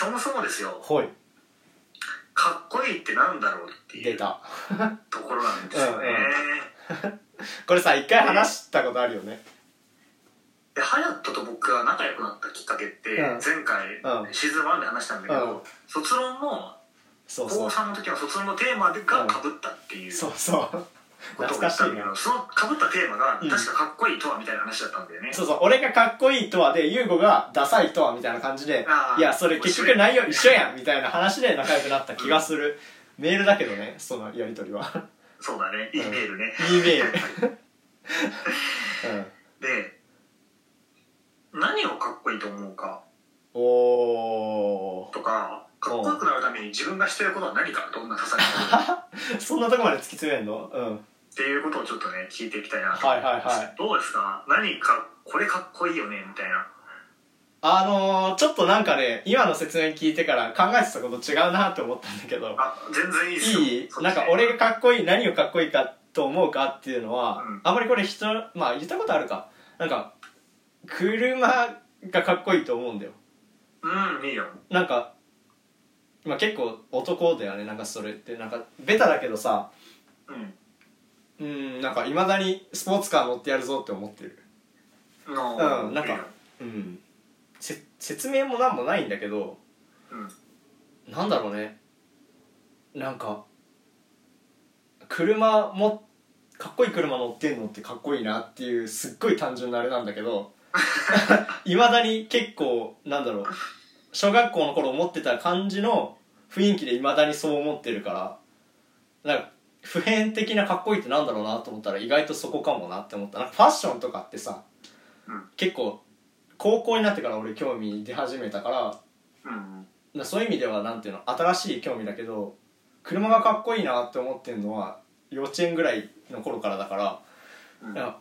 そもそもですよ、 ほい、 かっこいいってなんだろうっていう出たところなんですよね。 これさ一回話したことあるよね。 でハヤトと僕が仲良くなったきっかけって、前回、シーズン1で話したんだけど、卒論の高3の時の卒論のテーマが被ったっていうことを言ったんだけど、その被ったテーマが確かかっこいいとはみたいな話だったんだよね。 そうそう、俺がかっこいいとはで、ユーゴがダサいとはみたいな感じで、いやそれ結局内容一緒やんみたいな話で仲良くなった気がする。メールだけどね、そのやり取りは。 そうだね、Eメールね。 Eメールで、何をかっこいいと思うかとか、かっこよくなるために自分がしてることは何か、どんな些細なことそんなとこまで突き詰めんの？ っていうことをちょっとね聞いていきたいなと。 はいはいはい。 どうですか？何かこれかっこいいよねみたいな。 ちょっとなんかね、今の説明聞いてから考えてたこと違うなって思ったんだけど。 全然いいですよ。 なんか俺がかっこいい、何をかっこいいかと思うかっていうのは、あんまりこれまあ言ったことあるか。なんか車がかっこいいと思うんだよ。 いいよ。 なんかまあ結構男だよね、なんかそれってなんかベタだけどさ、なんかいまだにスポーツカー乗ってやるぞって思ってる。なんか説明もなんもないんだけど、なんだろうね、なんか車もかっこいい車乗ってんのってかっこいいなっていうすっごい単純なあれなんだけどいまだに結構なんだろう、小学校の頃思ってた感じの雰囲気でいまだにそう思ってるから、なんか普遍的なかっこいいってなんだろうなと思ったら意外とそこかもなって思った。なんかファッションとかってさ、結構高校になってから俺興味出始めたから、そういう意味ではなんていうの、新しい興味だけど、車がかっこいいなって思ってるのは幼稚園ぐらいの頃からだから、いや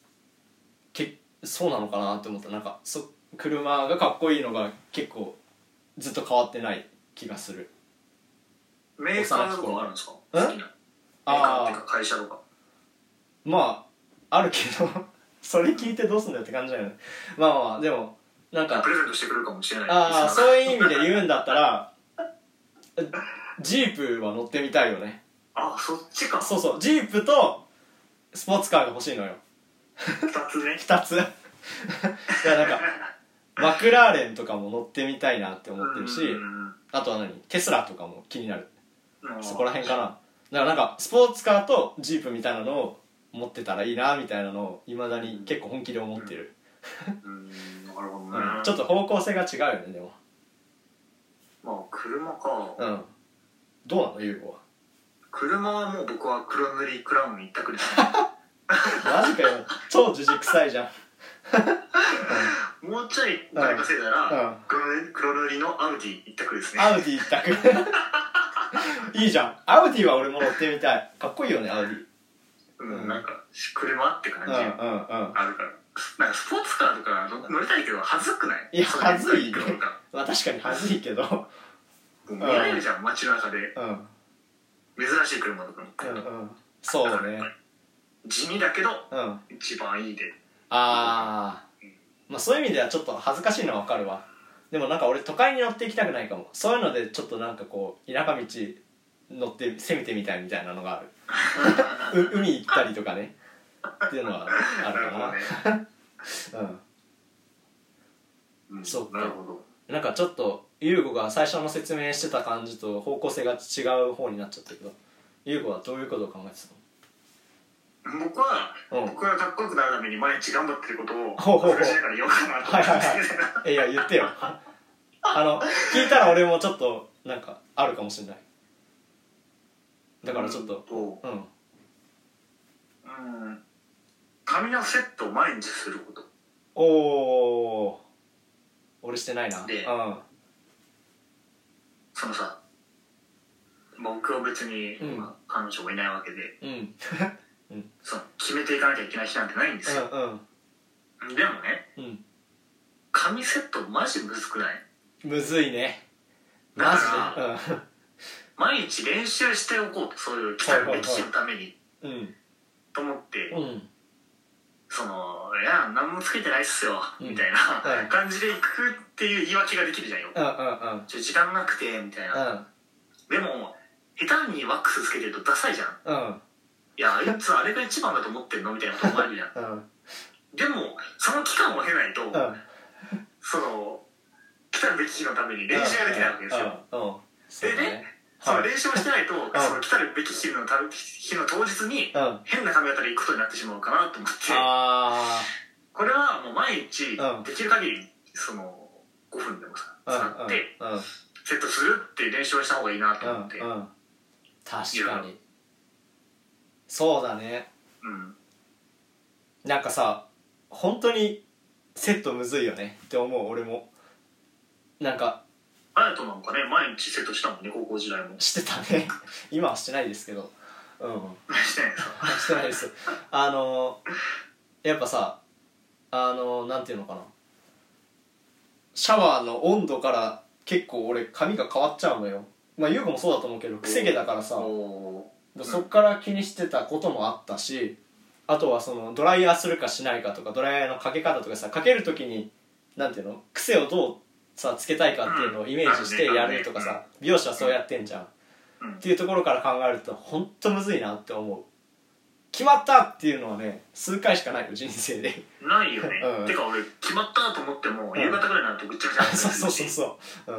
そうなのかなって思った。なんか車がかっこいいのが結構ずっと変わってない気がする。 メーカーとかもあるんですか？メーカーっていうか会社とか。 まああるけどそれ聞いてどうすんだよって感じだよね。まあまあでもなんかプレゼントしてくれるかもしれない。 そういう意味で言うんだったらジープは乗ってみたいよね。 そっちか。 そうそう、ジープとスポーツカーが欲しいのよ。 2つね。 2ついやなんかマクラーレンとかも乗ってみたいなって思ってるし、あとはテスラとかも気になる。そこら辺かな。だからなんかスポーツカーとジープみたいなのを持ってたらいいなみたいなのを未だに結構本気で思ってる。 なるほどね。 ちょっと方向性が違うよね。でもまあ車か。 どうなのユーゴは？ 車はもう僕は黒塗りクラウン一択ですね。 マジかよ、超自軸臭いじゃん。 もうちょいお金稼いだら、黒塗りのアウディ一択ですね。 アウディ一択いいじゃん。アウディは俺も乗ってみたい。かっこいいよねアウディ。 なんか車って感じあるから、なんかスポーツカーとか乗りたいけど恥ずくない？ いや恥ずいね。まあ確かに恥ずいけど見られるじゃん、街中で珍しい車とか乗ってると。 そうね、 地味だけど一番いいで。 まあそういう意味ではちょっと恥ずかしいのは分かるわ。でもなんか俺都会に乗っていきたくないかも。そういうのでちょっとなんかこう田舎道乗って攻めてみたいみたいなのがある海行ったりとかねっていうのはあるかな。そうか。なんかちょっとユーゴが最初の説明してた感じと方向性が違う方になっちゃったけど、ユーゴはどういうことを考えてたの？ 僕がかっこよくなるために毎日頑張ってることをそれしながら言おうかなと思って。 いや言ってよ聞いたら俺もちょっとなんかあるかもしれない。だからちょっと髪のセットを毎日すること。 俺してないな。 でそのさ、僕は別に彼女もいないわけで、その決めていかなきゃいけない日なんてないんですよ。でもね、髪セットマジむずくない？ むずいねマジで。 毎日練習しておこうと、そういう来たるべき日のためにと思っていや何もつけてないっすよ、みたいな感じで行くっていう言い訳ができるじゃんよ、時間なくてみたいな、でも下手にワックスつけてるとダサいじゃん、いやあいつあれが一番だと思ってんのみたいなこと思われるじゃん、でもその期間を経ないと、来たべき日のために練習ができないわけですよ、でね、その練習をしてないと、来たるべき日の当日に変な髪型で行くことになってしまうかなと思って、これはもう毎日できる限り5分でもさ使ってセットするっていう練習をした方がいいなと思って、 確かにそうだね。なんかさ本当にセットむずいよねって思う。俺もなんか隼人なんかね毎日セットしたもんね、高校時代も。 してたね今はしてないですけど、 してないですしてないですやっぱさなんていうのかな、シャワーの温度から結構俺髪が変わっちゃうのよ。まあ優子もそうだと思うけど癖毛だからさ、そっから気にしてたこともあったし、あとはドライヤーするかしないかとか、ドライヤーのかけ方とかさ、かけるときになんていうの、癖をどうさつけたいかっていうのをイメージしてやるとかさ、美容師はそうやってんじゃん、っていうところから考えるとほんとむずいなって思う。決まったっていうのはね数回しかないよ人生で。 ないよね、てか俺決まったと思っても夕方ぐらいになるとぐっちゃぐちゃになってるし、 そう、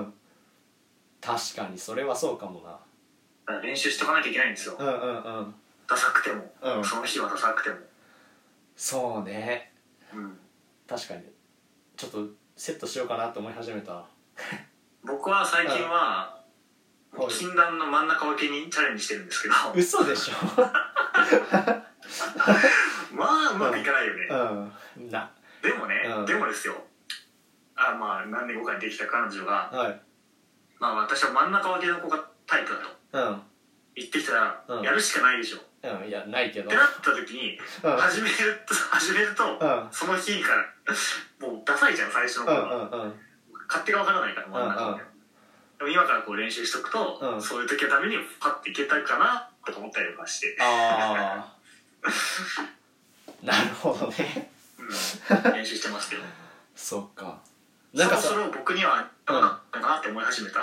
確かにそれはそうかもな。 練習しとかなきゃいけないんですよ、ダサくても、その日はダサくても。 そうね、確かにちょっとセットしようかなって思い始めた僕は最近は、禁断の真ん中分けにチャレンジしてるんですけど嘘でしょまあうまくいかないよね、でもね、でもですよ、まあ何年後かにできた彼女が、まあ私は真ん中分けの子がタイプだと、言ってきたら、やるしかないでしょ。 いやないけどってなった時に、始めると、その日からもうダサいじゃん最初の頃は、勝手が分からないから真ん中分け、でも今からこう練習しとくと、そういう時のためにパッていけたかなとか思ったりとかして。 なるほどね練習してますけどそっか、 なんかそろそろ僕にはどうなったかなって思い始めた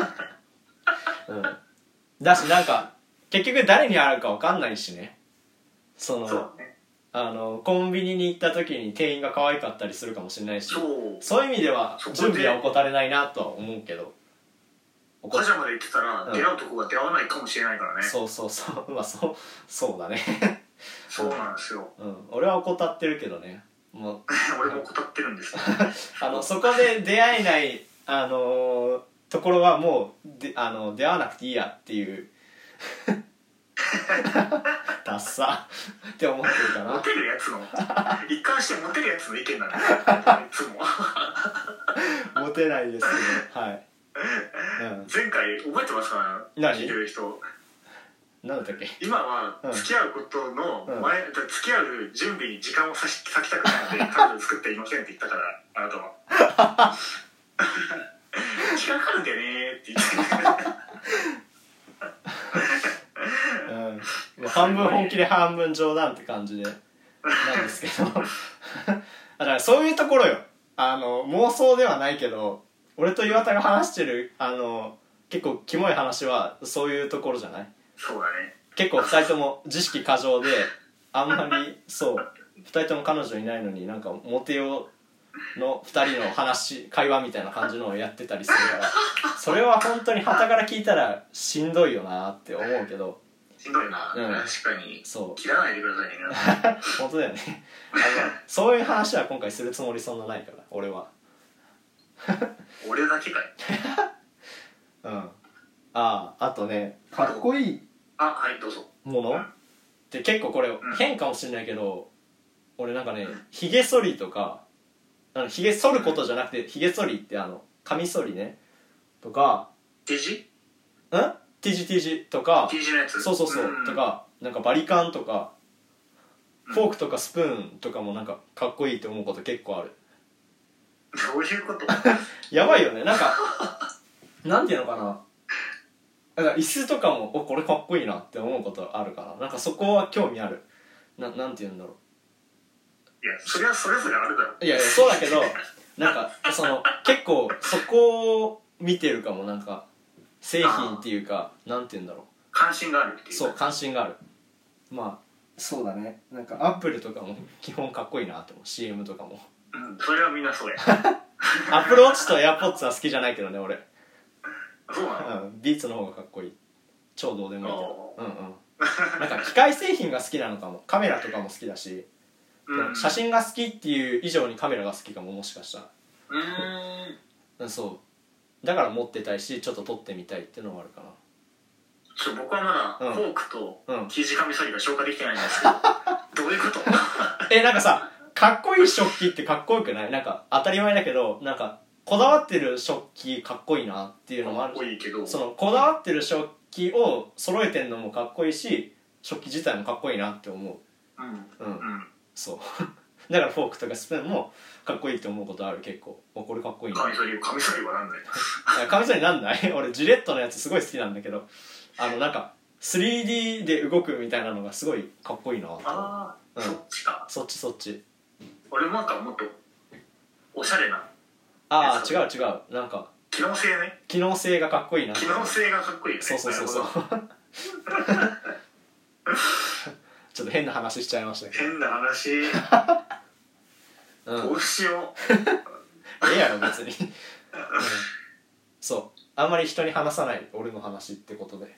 だしなんか結局誰に会うか分かんないしね、 そうね、 コンビニに行った時に店員が可愛かったりするかもしれないし、そういう意味では準備は怠れないなとは思うけど、 パジャマで行ってたら出会うとこが出会わないかもしれないからね。 まあそうだねそうなんですよ、 俺は怠ってるけどね、もう俺も怠ってるんですそこで出会えないところはもう出会わなくていいやっていうダッサって思ってるかな。 モテるやつの一貫してモテるやつの意見なんだよいつもモテないですね、はい、 前回覚えてますか、聞いてる人。 なんだっけ、 今は付き合うことの付き合う準備に時間を割きたくないので彼女作っていませんって言ったから、あなたは時間かかるんだよねって言って半分本気で半分冗談って感じでなんですけどだからそういうところよ、妄想ではないけど俺と岩田が話してる結構キモい話はそういうところじゃない？ そうだね、 結構2人とも自意識過剰であんまり2人とも彼女いないのになんかモテようの2人の会話みたいな感じのをやってたりするからそれは本当に傍から聞いたらしんどいよなって思うけど、 しんどいな、確かに切らないでくださいね本当だよねそういう話は今回するつもりそんなないから俺は俺だけかいあとね、かっこいいはいどうぞものって結構これ変かもしれないけど、俺なんかねひげ剃りとかひげ剃ることじゃなくてひげ剃りってカミソリねとか T 字 T 字とか T 字のやつそう、とかなんかバリカンとかフォークとかスプーンとかもなんかかっこいいって思うこと結構ある。 どういうことやばいよね、なんかなんていうのかな、だから椅子とかもこれかっこいいなって思うことあるから、なんかそこは興味ある。なんていうんだろやそれはそれぞれあるだろ。 いやいやそうだけどなんかその結構そこを見てるかも。なんか製品っていうかなんて言うんだろう、 関心があるっていう。 そう関心がある。まあそうだね。なんかアップルとかも基本かっこいいなって思う。 CM とかも。 うん、それはみんなそうや。 アップルウォッチとエアポッツは好きじゃないけどね俺。 そうなの、 うん、ビーツの方がかっこいい。超どうでもいいけど。うんうん。なんか機械製品が好きなのかも。カメラとかも好きだし、うん、写真が好きっていう以上にカメラが好きかも、もしかしたら。そうだから持ってたいし、ちょっと撮ってみたいっていうのもあるかな。 僕はまだフォークと生地紙処理が消化できてないんですけど、どういうこと？ なんかさ、かっこいい食器ってかっこよくない？なんか当たり前だけど、なんかこだわってる食器かっこいいなっていうのもある。 かっこいいけど、 そのこだわってる食器を揃えてんのもかっこいいし、食器自体もかっこいいなって思う。そうだからフォークとかスプーンもかっこいいって思うことある。結構これかっこいいな。 カミソリはなんないカミソリなんない俺ジレットのやつすごい好きなんだけど、なんか 3D で動くみたいなのがすごいかっこいいな。 ああ、そっちか。 そっち。 俺もなんかもっとおしゃれな。 ああ違うなんか機能性ね。 機能性がかっこいいな。 機能性がかっこいいよね。 そうちょっと変な話しちゃいましたけど。 変な話どうしよう。やろ別に、そうあんまり人に話さない俺の話ってことで。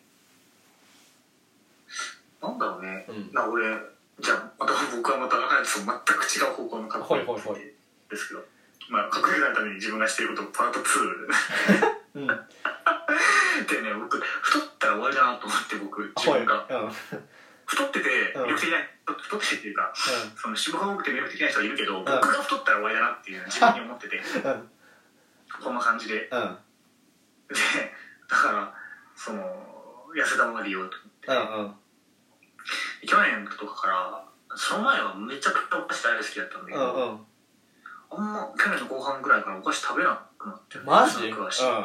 なんだろうね、俺じゃあ僕はまた全く違う方向のかっこいいですけど、まあ隠れないために自分がしていることパート2でね、僕太ったら終わりだなと思って、僕自分が太ってて魅力的な、太ってっていうか、その脂肪が多くて魅力的な人はいるけど、僕が太ったら終わりだなっていう自分に思ってて、こんな感じで、でだからその痩せ玉が利用と思って、去年とかからその前はめちゃくちゃお菓子大好きだったんだけど、あんま去年の後半ぐらいからお菓子食べなくなって。 マジ？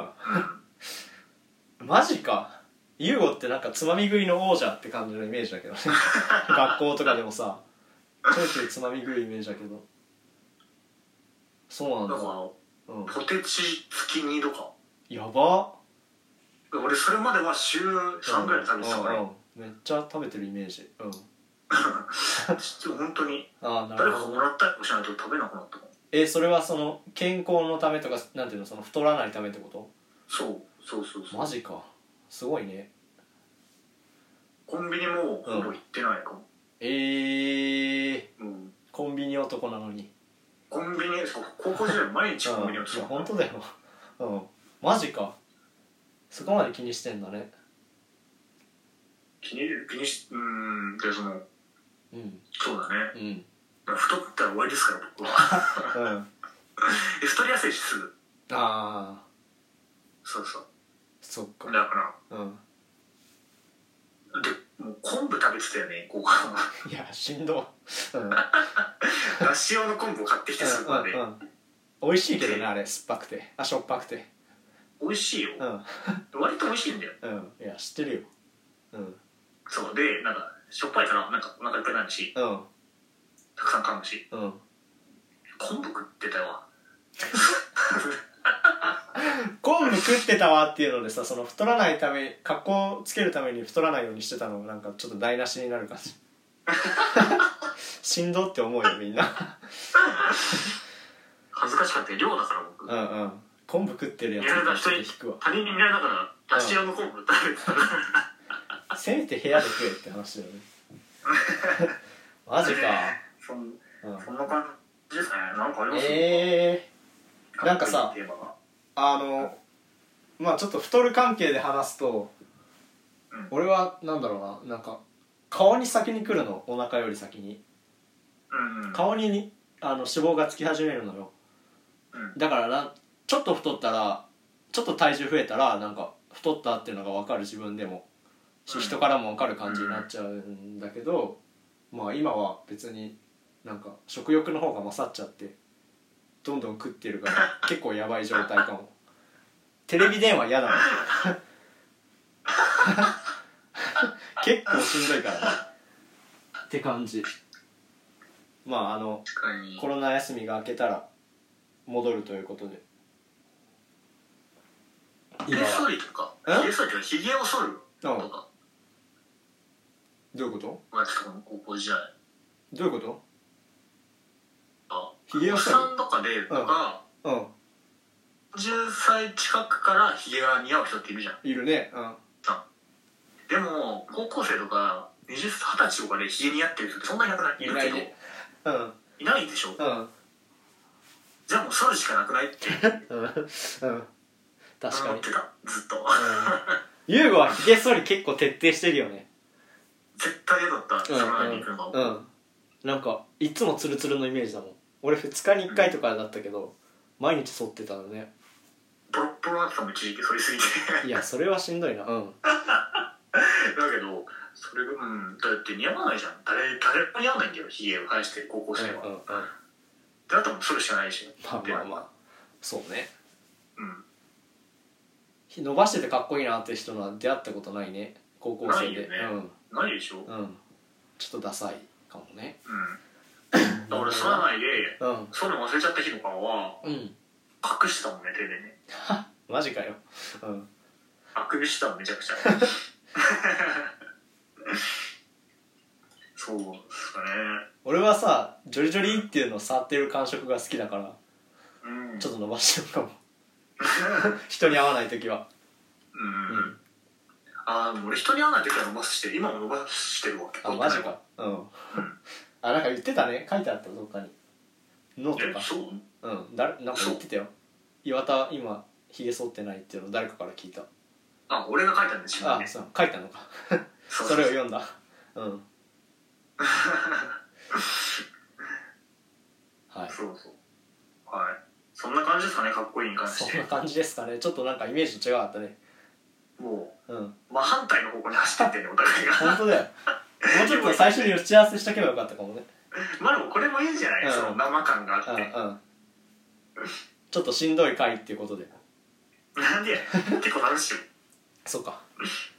マジか。ユーゴってなんかつまみ食いの王者って感じのイメージだけどね学校とかでもさちょいちょいつまみ食うイメージだけど。そうなんだ。 だからポテチ付き2とかやば。 俺それまでは週3ぐらい食べてたから、 めっちゃ食べてるイメージ。 本当に誰かもらったりしないと食べなくなったもん。 それはその健康のためとかなんていうの、その太らないためってこと？ そうマジか、すごいね。 コンビニもほぼ行ってないかも。 コンビニ男なのに。 コンビニ、高校時代毎日コンビニを使う。 本当だよマジか。そこまで気にしてんだね。 気にしでそのそうだね、太ったら終わりですから僕は太りやすいしすぐ。そっか。だからでもう昆布食べてたよね後半は。 いやしんどだし用の昆布を買ってきてスーパーで。 美味しいけどねあれ、酸っぱくてしょっぱくて美味しいよ。割と美味しいんだよ。 いや知ってるよ。 そうで、なんかしょっぱいからなんかお腹いっぱいになるし、たくさん噛むし、昆布食ってたわ昆布食ってたわっていうのでさ、その太らないため、格好つけるために太らないようにしてたのがなんかちょっと台無しになる感じしんどって思うよみんな恥ずかしかったよ、量だから僕。 昆布食ってるやつちょっと引くわ。他人に見られながらだし用の昆布食べてたせめて部屋で食えって話だよねマジか。 そんな感じですね。なんかあります？ なんかさ、まあちょっと太る関係で話すと、俺はなんだろうな、なんか顔に先に来るの、お腹より先に。顔に脂肪がつき始めるのよ。だからちょっと太ったら、ちょっと体重増えたらなんか太ったっていうのが分かる、自分でも人からも分かる感じになっちゃうんだけど、まあ今は別になんか食欲の方が勝っちゃってどんどん食ってるから結構やばい状態かも。テレビ電話嫌だもん結構しんどいからねって感じまあコロナ休みが明けたら戻るということで。 ひげ剃りとかひげを剃るとか。 どういうこと？ まあちょっと高校時代。 どういうこと？ ひげを剃る。おっさんとかでとか、10歳近くからひげが似合う人っているじゃん。 いるね。 でも高校生とか20歳とかでひげ似合ってる人ってそんなにいなくない？いるけど、いないでしょ。じゃあもう剃るしかなくないって確かに思ってた、ずっと。 ユーゴはひげ剃り結構徹底してるよね。 絶対嫌だった、サロンに行くのが。 なんかいつもツルツルのイメージだもん。俺2日に1回とかだったけど、毎日剃ってたのね。 ボロッボロなってたもん、一時期剃りすぎて。 いやそれはしんどいな。だけどそれがだって似合わないじゃん。誰も似合わないんだよ、ひげを生やしてる高校生は。だったらもう剃るしかないし。 まあそうね。伸ばしててかっこいいなって人のは出会ったことないね、高校生で。 ないでしょ。 ちょっとダサいかもね。 俺剃らないで剃るの忘れちゃった日とかは隠してたもんね、手でね。 マジかよ。 あくびしてたもん、めちゃくちゃ。そうですかね。 俺はさ、ジョリジョリっていうのを触ってる感触が好きだから、ちょっと伸ばしてるかも。人に会わないときは。 俺人に会わないときは伸ばしてる。今も伸ばしてるわけ。 マジか。なんか言ってたね、書いてあったどっかに。ノートか。 そう？ なんか言ってたよ。岩田今ひげ剃ってないっていうのを誰かから聞いた。 俺が書いたんですよね。 そう書いたのか。それを読んだ。はい。 そうはい。そんな感じですかね、かっこいいに関して。 そんな感じですかね。ちょっとなんかイメージ違かったね。 もう真反対の方向に走ってってね、お互いが。 本当だよ。もうちょっと最初に打ち合わせしとけばよかったかもね。 まあでもこれもいいんじゃない？その生感があって。 ちょっとしんどい回っていうことで。 なんで結構楽しいよ。 そうか。